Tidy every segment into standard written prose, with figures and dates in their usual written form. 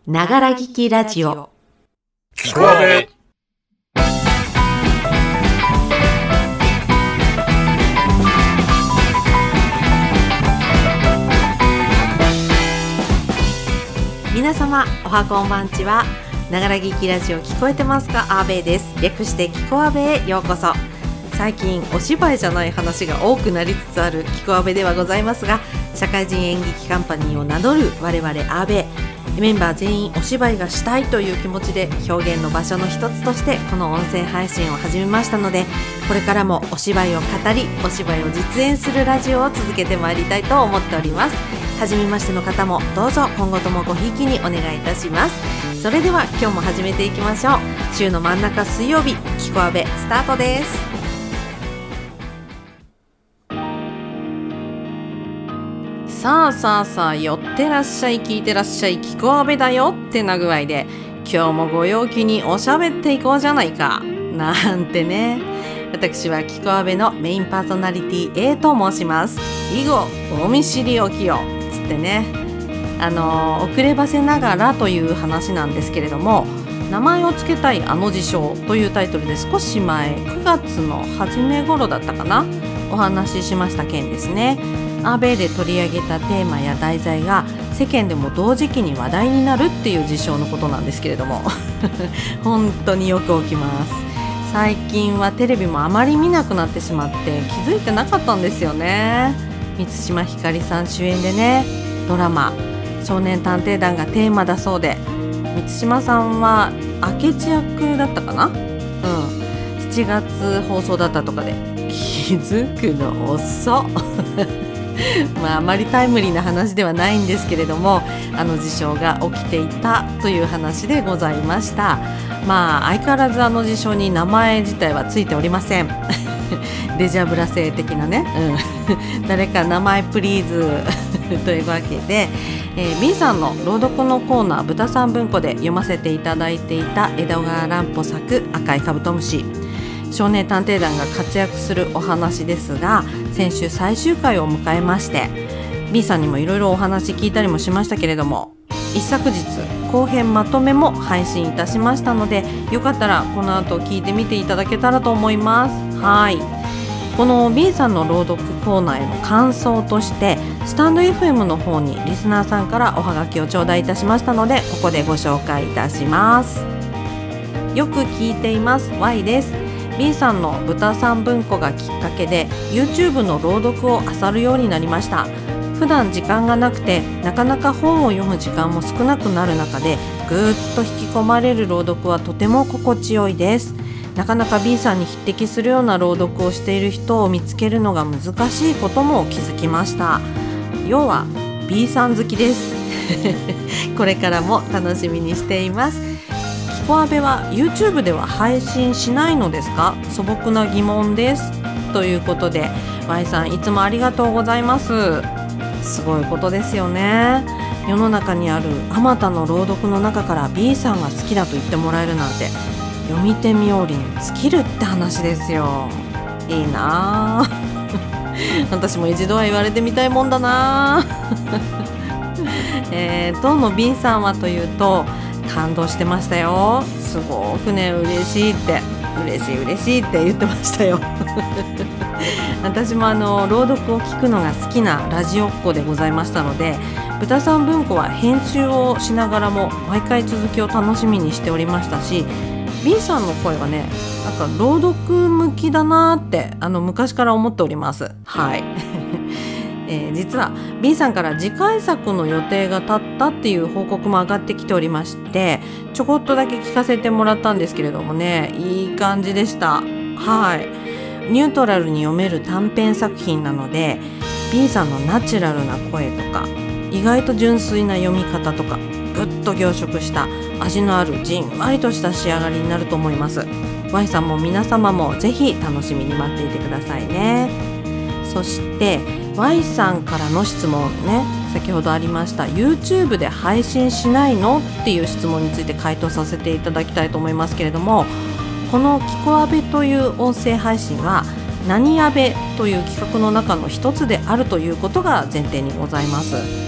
ながら聞きラジオ。 聞こえ。 皆様おはこんばんちは。ながら聞きラジオ聞こえてますか？アーベイです。略して聞こアベへようこそ。最近お芝居じゃない話が多くなりつつある聞こアベではございますが、社会人演劇カンパニーを名乗る我々アーベイメンバー全員お芝居がしたいという気持ちで表現の場所の一つとしてこの音声配信を始めましたので、これからもお芝居を語りお芝居を実演するラジオを続けてまいりたいと思っております。初めましての方もどうぞ今後ともごひいきにお願いいたします。それでは今日も始めていきましょう。週の真ん中水曜日、聞こアベスタートです。さあ寄ってらっしゃい、聞いてらっしゃい、聞こアベだよってな具合で今日もご陽気におしゃべっていこうじゃないかなんてね。私は聞こアベのメインパーソナリティ A と申します。以後お見知りおきよつってね、遅ればせながらという話なんですけれども、名前を付けたいあの事象というタイトルで少し前9月の初め頃だったかな、お話ししました件ですね。アーベイで取り上げたテーマや題材が世間でも同時期に話題になるっていう事象のことなんですけれども本当によく起きます。最近はテレビもあまり見なくなってしまって気づいてなかったんですよね。満島ひかりさん主演でね、ドラマ少年探偵団がテーマだそうで、満島さんは明智役だったかな、7月放送だったとかで気づくの遅っあまりタイムリーな話ではないんですけれども、あの事象が起きていたという話でございました。相変わらずあの事象に名前自体はついておりませんデジャブラ製的なね、誰か名前プリーズというわけで、B さんの朗読のコーナー豚さん文庫で読ませていただいていた江戸川乱歩作赤いカブトムシ、少年探偵団が活躍するお話ですが、先週最終回を迎えまして B さんにもいろいろお話聞いたりもしましたけれども、一昨日後編まとめも配信いたしましたので、よかったらこの後聞いてみていただけたらと思います。はい、この B さんの朗読コーナーへの感想としてスタンド FM の方にリスナーさんからおはがきを頂戴いたしましたので、ここでご紹介いたします。よく聞いています Y です。 B さんの豚さん文庫がきっかけで YouTube の朗読を漁るようになりました。普段時間がなくてなかなか本を読む時間も少なくなる中でぐーっと引き込まれる朗読はとても心地よいです。なかなか B さんに匹敵するような朗読をしている人を見つけるのが難しいことも気づきました。要は B さん好きですこれからも楽しみにしています。聞こアベは YouTube では配信しないのですか？素朴な疑問ですということで Y さんいつもありがとうございます。すごいことですよね。世の中にあるあまたの朗読の中から B さんが好きだと言ってもらえるなんて読み手冥利に尽きるって話ですよ。いいな私も一度は言われてみたいもんだな当の B さんはというと感動してましたよ。すごくね嬉しいって言ってましたよ私も朗読を聞くのが好きなラジオっ子でございましたので、豚さん文庫は編集をしながらも毎回続きを楽しみにしておりましたし、 B さんの声はねなんか朗読向きだなって昔から思っております。はい実は B さんから次回作の予定が立ったっていう報告も上がってきておりまして、ちょこっとだけ聞かせてもらったんですけれどもね、いい感じでした。はい、ニュートラルに読める短編作品なので B さんのナチュラルな声とか意外と純粋な読み方とかぐっと凝縮した味のあるじんわりとした仕上がりになると思います。 Y さんも皆様もぜひ楽しみに待っていてくださいね。そして Y さんからの質問ね、先ほどありました YouTube で配信しないのっていう質問について回答させていただきたいと思いますけれども、この聞こアベという音声配信は何アベという企画の中の一つであるということが前提にございます。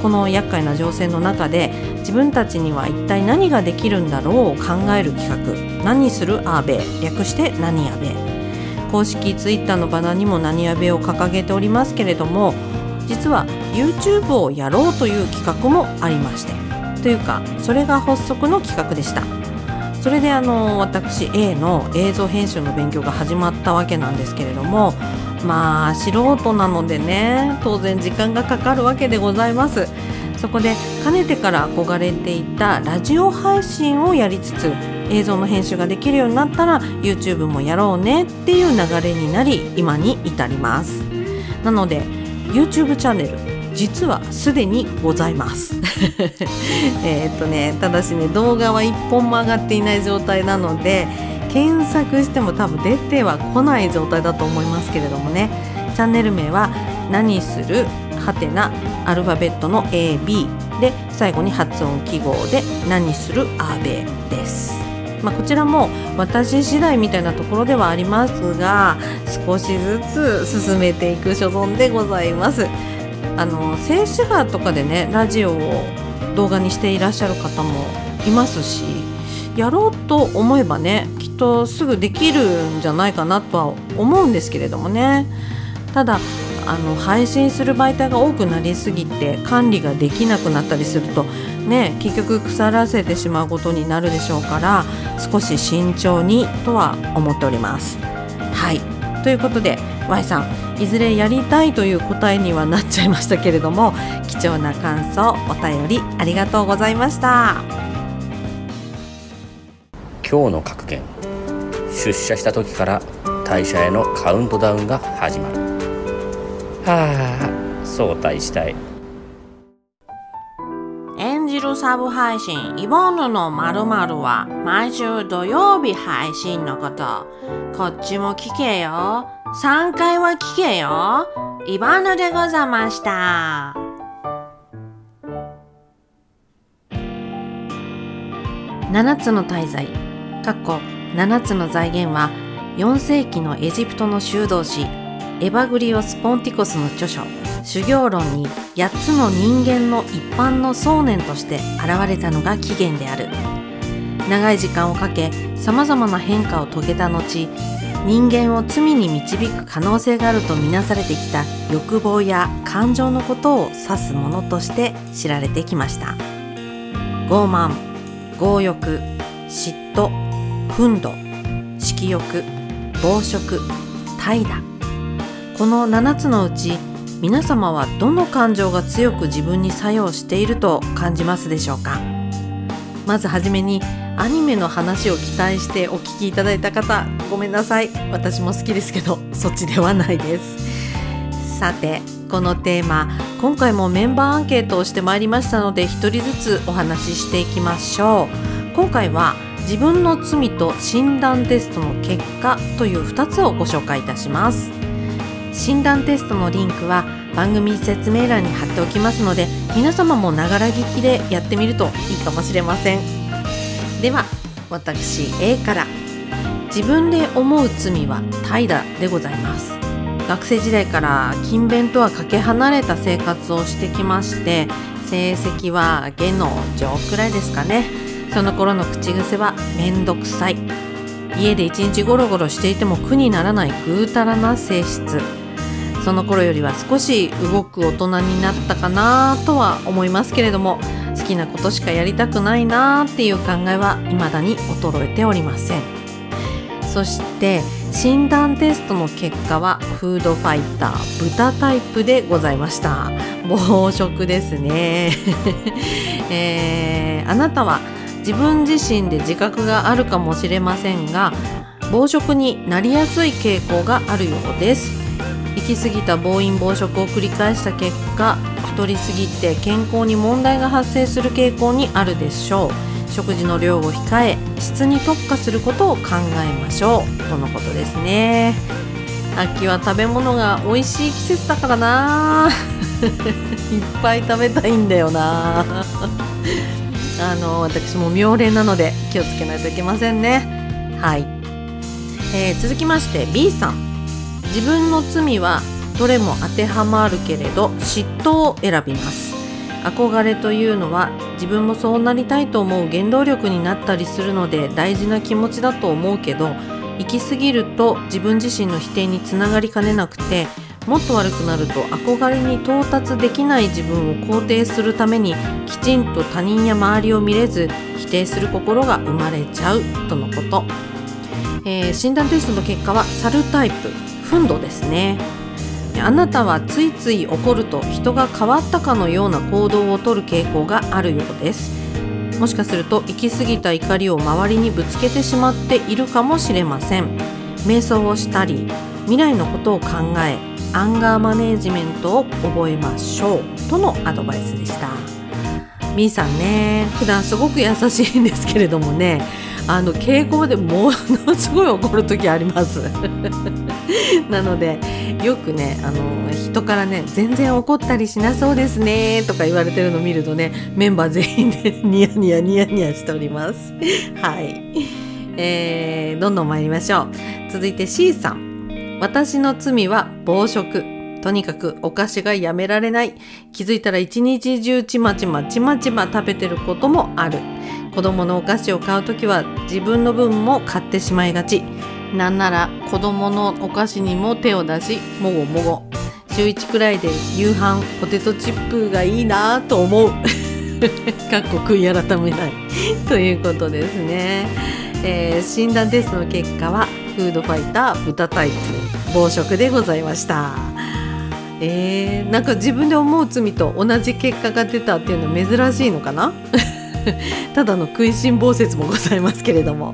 この厄介な情勢の中で自分たちには一体何ができるんだろうを考える企画、何するアーベ、略して何アベ。公式ツイッターのバナーにも何アベを掲げておりますけれども、実は YouTube をやろうという企画もありまして、というかそれが発足の企画でした。それで私 A の映像編集の勉強が始まったわけなんですけれども、素人なのでね、当然時間がかかるわけでございます。そこでかねてから憧れていたラジオ配信をやりつつ、映像の編集ができるようになったら YouTube もやろうねっていう流れになり、今に至ります。なので YouTube チャンネル実はすでにございますただしね、動画は1本も上がっていない状態なので、検索しても多分出ては来ない状態だと思いますけれどもね。チャンネル名は何するはてなアルファベットの AB で最後に発音記号で何するアーベです。こちらも私次第みたいなところではありますが、少しずつ進めていく所存でございます。静止画とかでね、ラジオを動画にしていらっしゃる方もいますし、やろうと思えばね、きっとすぐできるんじゃないかなとは思うんですけれどもね。ただ配信する媒体が多くなりすぎて管理ができなくなったりするとね、結局腐らせてしまうことになるでしょうから、少し慎重にとは思っております。はい、ということで Y さん、いずれやりたいという答えにはなっちゃいましたけれども、貴重な感想お便りありがとうございました。 今日の格言、出社した時から退社へのカウントダウンが始まる。早退したい。 演じるサブ配信イボンヌの〇〇は毎週土曜日配信のこと。こっちも聞けよ。3回は聞けよ。イボンヌでございました。7つの大罪7つの財源は4世紀のエジプトの修道士エバグリオス・ポンティコスの著書修行論に8つの人間の一般の想念として現れたのが起源である。長い時間をかけさまざまな変化を遂げた後、人間を罪に導く可能性があるとみなされてきた欲望や感情のことを指すものとして知られてきました。傲慢、強欲、嫉妬、憤怒、色欲、暴食、怠惰。この7つのうち皆様はどの感情が強く自分に作用していると感じますでしょうか。まずはじめにアニメの話を期待してお聞きいただいた方、ごめんなさい。私も好きですけどそっちではないです。さて、このテーマ、今回もメンバーアンケートをしてまいりましたので、一人ずつお話ししていきましょう。今回は自分の罪と診断テストの結果という2つをご紹介いたします。診断テストのリンクは番組説明欄に貼っておきますので、皆様もながら聞きでやってみるといいかもしれません。では私 A から。自分で思う罪は怠惰でございます。学生時代から勤勉とはかけ離れた生活をしてきまして、成績は下の上くらいですかね。その頃の口癖はめんどくさい。家で一日ゴロゴロしていても苦にならないぐうたらな性質。その頃よりは少し動く大人になったかなとは思いますけれども、好きなことしかやりたくないなっていう考えは未だに衰えておりません。そして診断テストの結果はフードファイター豚タイプでございました。暴食ですね、あなたは自分自身で自覚があるかもしれませんが、暴食になりやすい傾向があるようです。行き過ぎた暴飲暴食を繰り返した結果、太りすぎて健康に問題が発生する傾向にあるでしょう。食事の量を控え、質に特化することを考えましょうとのことですね。秋は食べ物が美味しい季節だからないっぱい食べたいんだよな私も妙齢なので気をつけないといけませんね。はい、続きまして B さん。自分の罪はどれも当てはまるけれど嫉妬を選びます。 憧れというのは自分もそうなりたいと思う原動力になったりするので大事な気持ちだと思うけど、行き過ぎると自分自身の否定につながりかねなくて、もっと悪くなると憧れに到達できない自分を肯定するためにきちんと他人や周りを見れず否定する心が生まれちゃうとのこと。診断テストの結果は猿タイプ、憤怒ですね。あなたはついつい怒ると人が変わったかのような行動をとる傾向があるようです。もしかすると行き過ぎた怒りを周りにぶつけてしまっているかもしれません。瞑想をしたり未来のことを考え、アンガーマネージメントを覚えましょうとのアドバイスでした。みーさんね、普段すごく優しいんですけれどもね、稽古場でものすごい怒る時ありますなのでよくね、人からね、全然怒ったりしなそうですねとか言われてるのを見るとね、メンバー全員でニヤニヤニヤニヤしておりますはい、どんどん参りましょう。続いて C さん。私の罪は暴食。とにかくお菓子がやめられない。気づいたら一日中ちまちま食べてることもある。子供のお菓子を買うときは自分の分も買ってしまいがち。なんなら子供のお菓子にも手を出し、もごもご。週1くらいで夕飯ポテトチップがいいなと思うかっこ悔い改めないということですね。診断テストの結果はフードファイター豚タイプ暴食でございました。なんか自分で思う罪と同じ結果が出たっていうのは珍しいのかなただの食いしん坊説もございますけれども、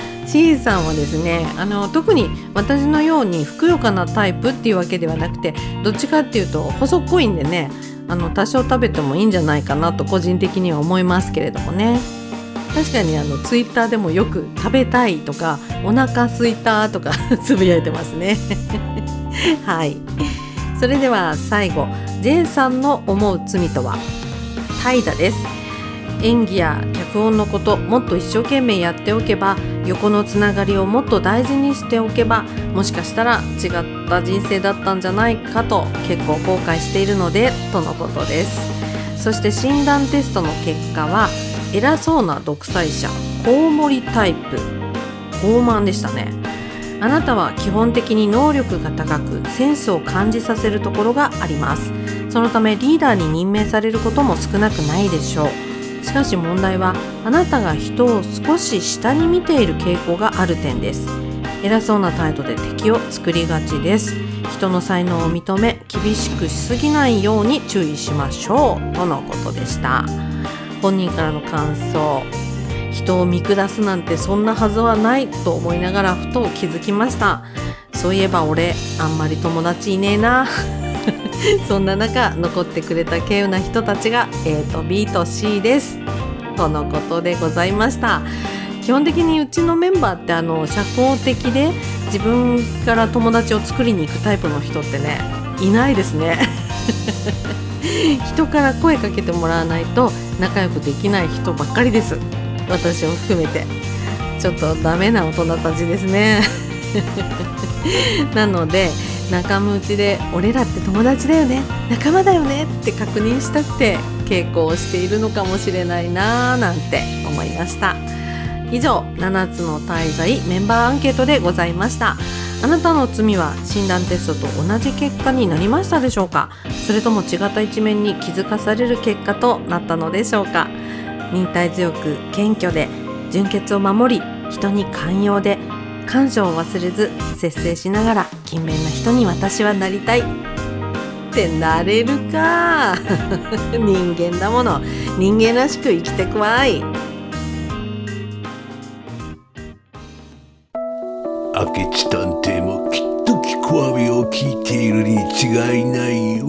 C さんはですね、特に私のようにふくよかなタイプっていうわけではなくて、どっちかっていうと細っこいんでね、多少食べてもいいんじゃないかなと個人的には思いますけれどもね。確かにツイッターでもよく食べたいとかお腹すいたとかつぶやいてますねはい、それでは最後 J さんの思う罪とは怠惰です。演技や脚本のこともっと一生懸命やっておけば、横のつながりをもっと大事にしておけば、もしかしたら違った人生だったんじゃないかと結構後悔しているのでとのことです。そして診断テストの結果は偉そうな独裁者、コウモリタイプ、傲慢でしたね。あなたは基本的に能力が高くセンスを感じさせるところがあります。そのためリーダーに任命されることも少なくないでしょう。しかし問題はあなたが人を少し下に見ている傾向がある点です。偉そうな態度で敵を作りがちです。人の才能を認め厳しくしすぎないように注意しましょうとのことでした。本人からの感想。人を見下すなんてそんなはずはないと思いながらふと気づきました。そういえば俺あんまり友達いねえなそんな中残ってくれた稀有な人たちが A と B と C ですとのことでございました。基本的にうちのメンバーって社交的で自分から友達を作りに行くタイプの人ってね、いないですね人から声かけてもらわないと仲良くできない人ばっかりです。私を含めてちょっとダメな大人たちですねなので仲間内で俺らって友達だよね、仲間だよねって確認したくて稽古をしているのかもしれないななんて思いました。以上7つの大罪メンバーアンケートでございました。あなたの罪は診断テストと同じ結果になりましたでしょうか。それとも違った一面に気づかされる結果となったのでしょうか。忍耐強く謙虚で純潔を守り、人に寛容で感情を忘れず節制しながら勤勉な人に私はなりたいってなれるか人間だもの、人間らしく生きてくわい。 明智探偵もきっとキコアベを聞いているに違いないよ。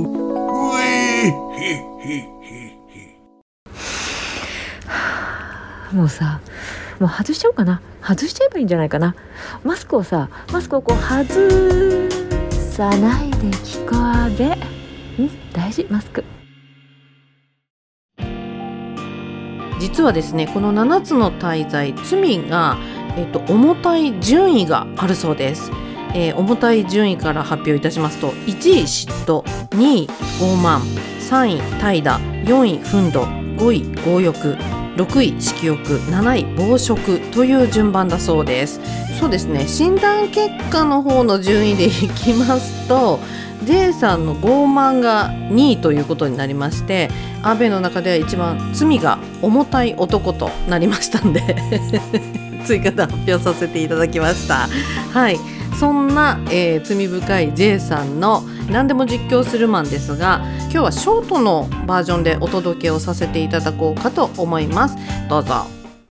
もうさ、もう外しちゃおうかな。外しちゃえばいいんじゃないかな。マスクをこう外さないでキコアベ。大事、マスク。 実はですね、この7つの大罪、罪が、重たい順位があるそうです。重たい順位から発表いたしますと、1位嫉妬、2位傲慢、3位怠惰、 4位憤怒、5位強欲、6位色欲、7位暴食という順番だそうです。そうですね、診断結果の方の順位でいきますと J さんの傲慢が2位ということになりまして、アベの中では一番罪が重たい男となりましたんで追加で発表させていただきました。はい、そんな、罪深い J さんの何でも実況するマンですが、今日はショートのバージョンでお届けをさせていただこうかと思います。どうぞ。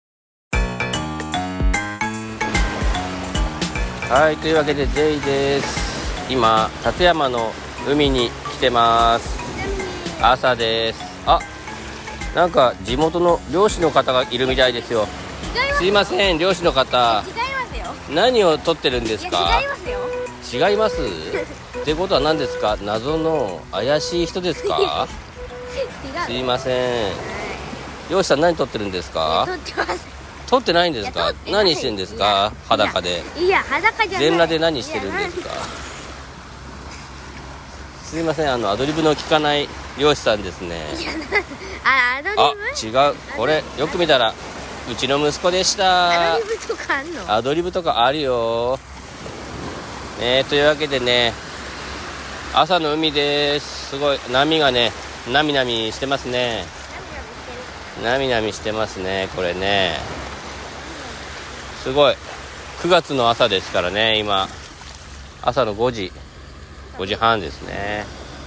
はい、というわけで J です。今館山の海に来てます。朝です。あ、なんか地元の漁師の方がいるみたいですよ。すいません、漁師の方。 違いますよ。 何を取ってるんですか？ 違いますよ。 違いますってことは何ですか？謎の怪しい人ですか？すいません、漁師さん何取ってるんですか？ 取ってます。 取ってないんですか？ 取ってない何してんですか？裸で。 いや、裸じゃない。 全裸で何してるんですか？すいません、アドリブの効かない漁師さんですね。 アドリブ？ 違う、これよく見たらうちの息子でした。 アドリブとかあんの？ アドリブとかあるよ。というわけでね、朝の海です。すごい波がね、なみなみしてますね。なみなみしてますね、これね。すごい9月の朝ですからね。今朝の5時半ですね。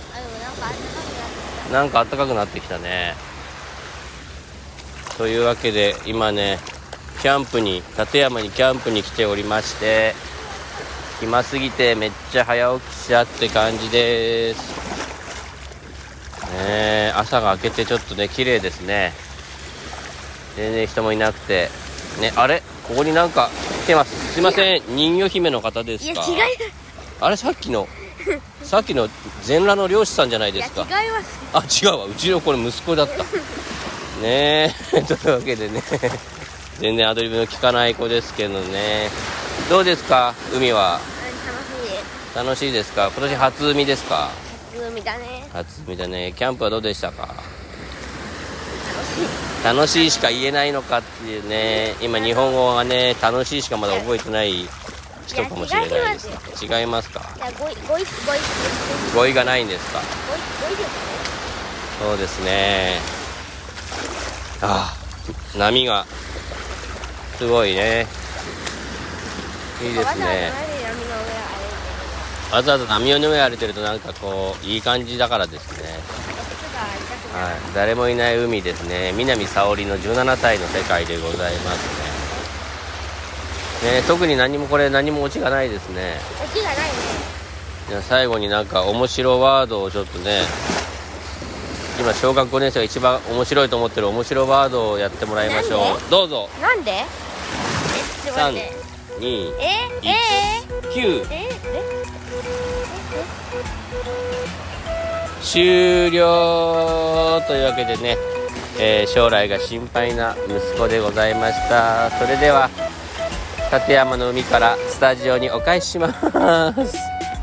なんか暖かくなってきたね。というわけで今ね、館山にキャンプに来ておりまして、暇すぎてめっちゃ早起きしちゃって感じです、朝が明けてちょっとね綺麗ですね。全然人もいなくてね。あれ、ここになんか来てます。すいません、人魚姫の方ですか？ いや、違います。 あれ、さっきの全裸の漁師さんじゃないですか？ いや、違います。 あ、違うわ、うちのこれ息子だったねえというわけでね全然アドリブの効かない子ですけどね。どうですか、海は？ 楽しいです。 楽しいですか？今年初海ですか？ 初海だね。 初海だね。キャンプはどうでしたか？楽しいしか言えないのかっていうね。今日本語がね、楽しいしかまだ覚えてない人かもしれないです。違いますか？ いや、 語彙がないんですか？ 語彙ですね。 そうですね。波がすごいね。いいですね。わざわざ波の上歩いてるとなんかこういい感じだからですね。はい、誰もいない海ですね。南沙織の17歳の世界でございますね。特に何もオチがないですね。 オチがないね。 じゃあ最後になんか面白ワードをちょっとね、今小学5年生が一番面白いと思ってる面白ワードをやってもらいましょう。どうぞ。 なんで 3、2、1、9。終了というわけでね、将来が心配な息子でございました。それでは館山の海からスタジオにお返しします。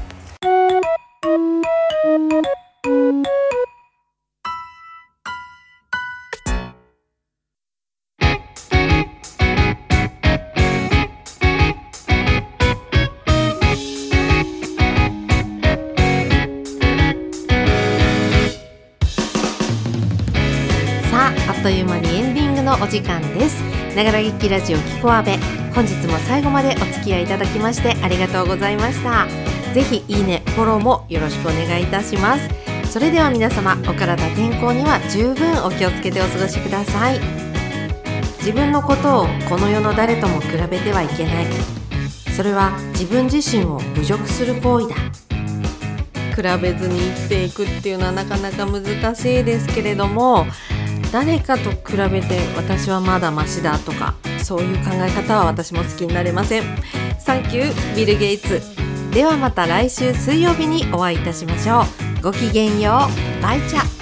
あっという間にエンディングのお時間です。ながら劇ラジオキコアベ、本日も最後までお付き合いいただきましてありがとうございました。ぜひいいね、フォローもよろしくお願いいたします。それでは皆様、お体健康には十分お気をつけてお過ごしください。自分のことをこの世の誰とも比べてはいけない。それは自分自身を侮辱する行為だ。比べずに生きていくっていうのはなかなか難しいですけれども、誰かと比べて私はまだマシだとか、そういう考え方は私も好きになれません。サンキュービル・ゲイツ。ではまた来週水曜日にお会いいたしましょう。ごきげんよう。バイチャ。